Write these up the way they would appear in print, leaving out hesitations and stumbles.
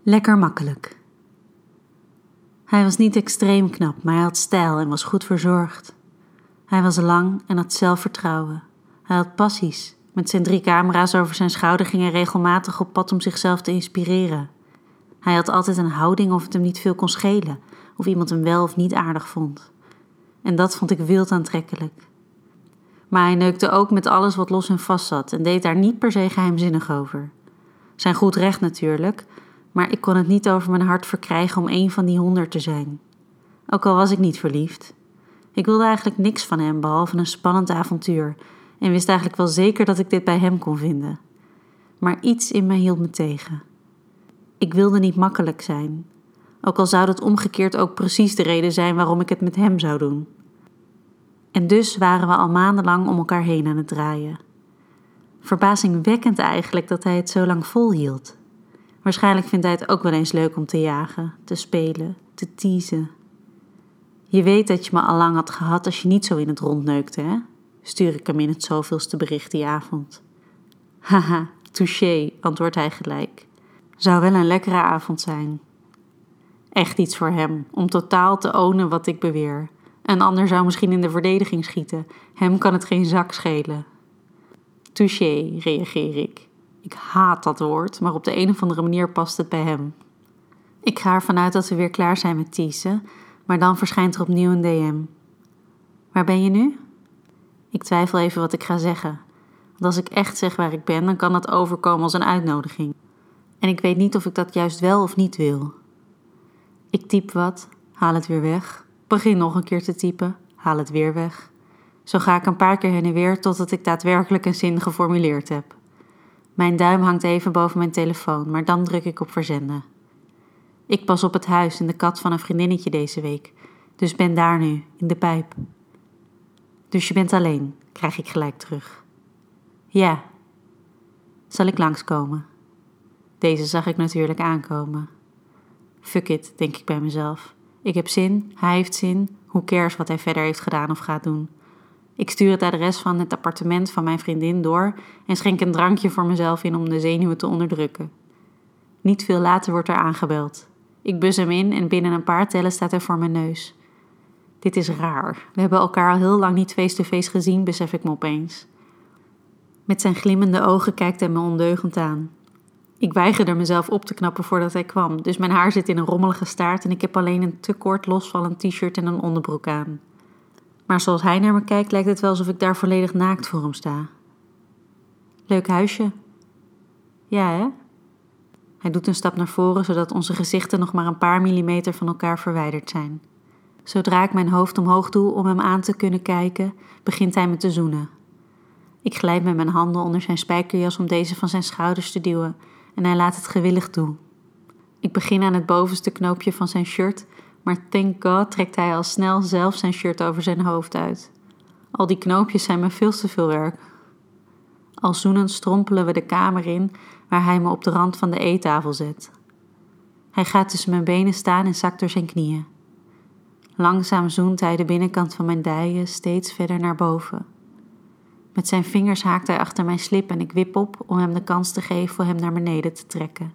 Lekker makkelijk. Hij was niet extreem knap, maar hij had stijl en was goed verzorgd. Hij was lang en had zelfvertrouwen. Hij had passies. Met zijn 3 camera's over zijn schouder ging hij regelmatig op pad om zichzelf te inspireren. Hij had altijd een houding of het hem niet veel kon schelen, of iemand hem wel of niet aardig vond. En dat vond ik wild aantrekkelijk. Maar hij neukte ook met alles wat los en vast zat en deed daar niet per se geheimzinnig over. Zijn goed recht natuurlijk, maar ik kon het niet over mijn hart verkrijgen om 1 van die 100 te zijn. Ook al was ik niet verliefd. Ik wilde eigenlijk niks van hem behalve een spannend avontuur en wist eigenlijk wel zeker dat ik dit bij hem kon vinden. Maar iets in mij hield me tegen. Ik wilde niet makkelijk zijn, ook al zou dat omgekeerd ook precies de reden zijn waarom ik het met hem zou doen. En dus waren we al maandenlang om elkaar heen aan het draaien. Verbazingwekkend eigenlijk dat hij het zo lang volhield. Waarschijnlijk vindt hij het ook wel eens leuk om te jagen, te spelen, te teasen. Je weet dat je me al lang had gehad als je niet zo in het rond neukte, hè? Stuur ik hem in het zoveelste bericht die avond. Haha, touché, antwoordt hij gelijk. Zou wel een lekkere avond zijn. Echt iets voor hem, om totaal te ownen wat ik beweer. Een ander zou misschien in de verdediging schieten. Hem kan het geen zak schelen. Touché, reageer ik. Ik haat dat woord, maar op de een of andere manier past het bij hem. Ik ga ervan uit dat we weer klaar zijn met teasen, maar dan verschijnt er opnieuw een DM. Waar ben je nu? Ik twijfel even wat ik ga zeggen. Want als ik echt zeg waar ik ben, dan kan dat overkomen als een uitnodiging. En ik weet niet of ik dat juist wel of niet wil. Ik typ wat, haal het weer weg. Begin nog een keer te typen, haal het weer weg. Zo ga ik een paar keer heen en weer totdat ik daadwerkelijk een zin geformuleerd heb. Mijn duim hangt even boven mijn telefoon, maar dan druk ik op verzenden. Ik pas op het huis en de kat van een vriendinnetje deze week, dus ben daar nu, in de pijp. Dus je bent alleen, krijg ik gelijk terug. Ja. Zal ik langskomen? Deze zag ik natuurlijk aankomen. Fuck it, denk ik bij mezelf. Ik heb zin, hij heeft zin, who cares wat hij verder heeft gedaan of gaat doen. Ik stuur het adres van het appartement van mijn vriendin door en schenk een drankje voor mezelf in om de zenuwen te onderdrukken. Niet veel later wordt er aangebeld. Ik bus hem in en binnen een paar tellen staat hij voor mijn neus. Dit is raar. We hebben elkaar al heel lang niet face-to-face gezien, besef ik me opeens. Met zijn glimmende ogen kijkt hij me ondeugend aan. Ik weigerde mezelf op te knappen voordat hij kwam, dus mijn haar zit in een rommelige staart en ik heb alleen een te kort losvallend t-shirt en een onderbroek aan. Maar zoals hij naar me kijkt, lijkt het wel alsof ik daar volledig naakt voor hem sta. Leuk huisje. Ja, hè? Hij doet een stap naar voren, zodat onze gezichten nog maar een paar millimeter van elkaar verwijderd zijn. Zodra ik mijn hoofd omhoog doe om hem aan te kunnen kijken, begint hij me te zoenen. Ik glijd met mijn handen onder zijn spijkerjas om deze van zijn schouders te duwen en hij laat het gewillig toe. Ik begin aan het bovenste knoopje van zijn shirt, maar thank God trekt hij al snel zelf zijn shirt over zijn hoofd uit. Al die knoopjes zijn me veel te veel werk. Al zoenend strompelen we de kamer in, waar hij me op de rand van de eettafel zet. Hij gaat tussen mijn benen staan en zakt door zijn knieën. Langzaam zoent hij de binnenkant van mijn dijen steeds verder naar boven. Met zijn vingers haakt hij achter mijn slip en ik wip op om hem de kans te geven hem naar beneden te trekken.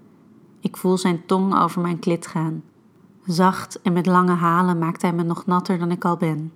Ik voel zijn tong over mijn klit gaan. Zacht en met lange halen maakt hij me nog natter dan ik al ben.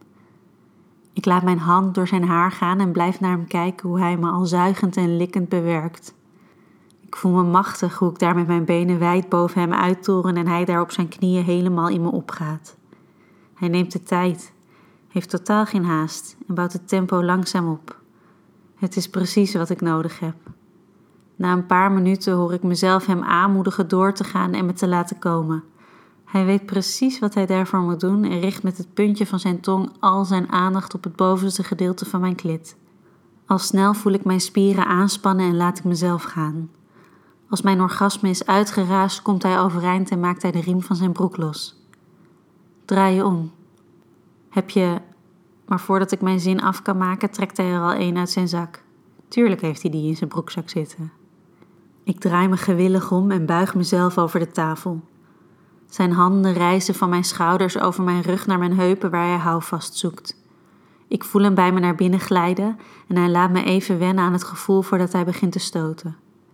Ik laat mijn hand door zijn haar gaan en blijf naar hem kijken hoe hij me al zuigend en likkend bewerkt. Ik voel me machtig hoe ik daar met mijn benen wijd boven hem uittoren en hij daar op zijn knieën helemaal in me opgaat. Hij neemt de tijd, heeft totaal geen haast en bouwt het tempo langzaam op. Het is precies wat ik nodig heb. Na een paar minuten hoor ik mezelf hem aanmoedigen door te gaan en me te laten komen. Hij weet precies wat hij daarvoor moet doen en richt met het puntje van zijn tong al zijn aandacht op het bovenste gedeelte van mijn klit. Al snel voel ik mijn spieren aanspannen en laat ik mezelf gaan. Als mijn orgasme is uitgeraasd, komt hij overeind en maakt hij de riem van zijn broek los. Draai je om. Heb je... Maar voordat ik mijn zin af kan maken, trekt hij er al 1 uit zijn zak. Tuurlijk heeft hij die in zijn broekzak zitten. Ik draai me gewillig om en buig mezelf over de tafel. Zijn handen reizen van mijn schouders over mijn rug naar mijn heupen waar hij houvast zoekt. Ik voel hem bij me naar binnen glijden en hij laat me even wennen aan het gevoel voordat hij begint te stoten.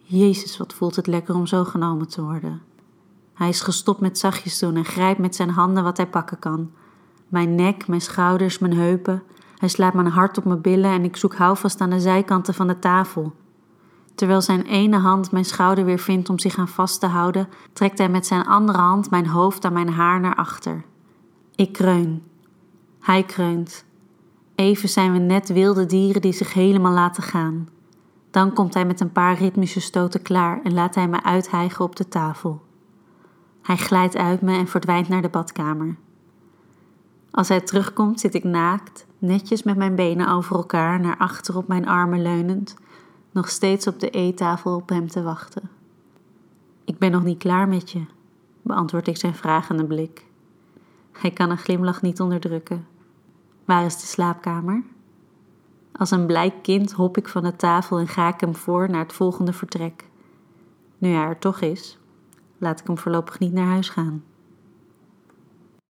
Jezus, wat voelt het lekker om zo genomen te worden. Hij is gestopt met zachtjes doen en grijpt met zijn handen wat hij pakken kan. Mijn nek, mijn schouders, mijn heupen. Hij slaat mijn hart op mijn billen en ik zoek houvast aan de zijkanten van de tafel. Terwijl zijn ene hand mijn schouder weer vindt om zich aan vast te houden, trekt hij met zijn andere hand mijn hoofd aan mijn haar naar achter. Ik kreun. Hij kreunt. Even zijn we net wilde dieren die zich helemaal laten gaan. Dan komt hij met een paar ritmische stoten klaar en laat hij me uithijgen op de tafel. Hij glijdt uit me en verdwijnt naar de badkamer. Als hij terugkomt zit ik naakt, netjes met mijn benen over elkaar naar achter op mijn armen leunend, nog steeds op de eettafel op hem te wachten. Ik ben nog niet klaar met je, beantwoord ik zijn vragende blik. Hij kan een glimlach niet onderdrukken. Waar is de slaapkamer? Als een blij kind hop ik van de tafel en ga ik hem voor naar het volgende vertrek. Nu hij er toch is, laat ik hem voorlopig niet naar huis gaan.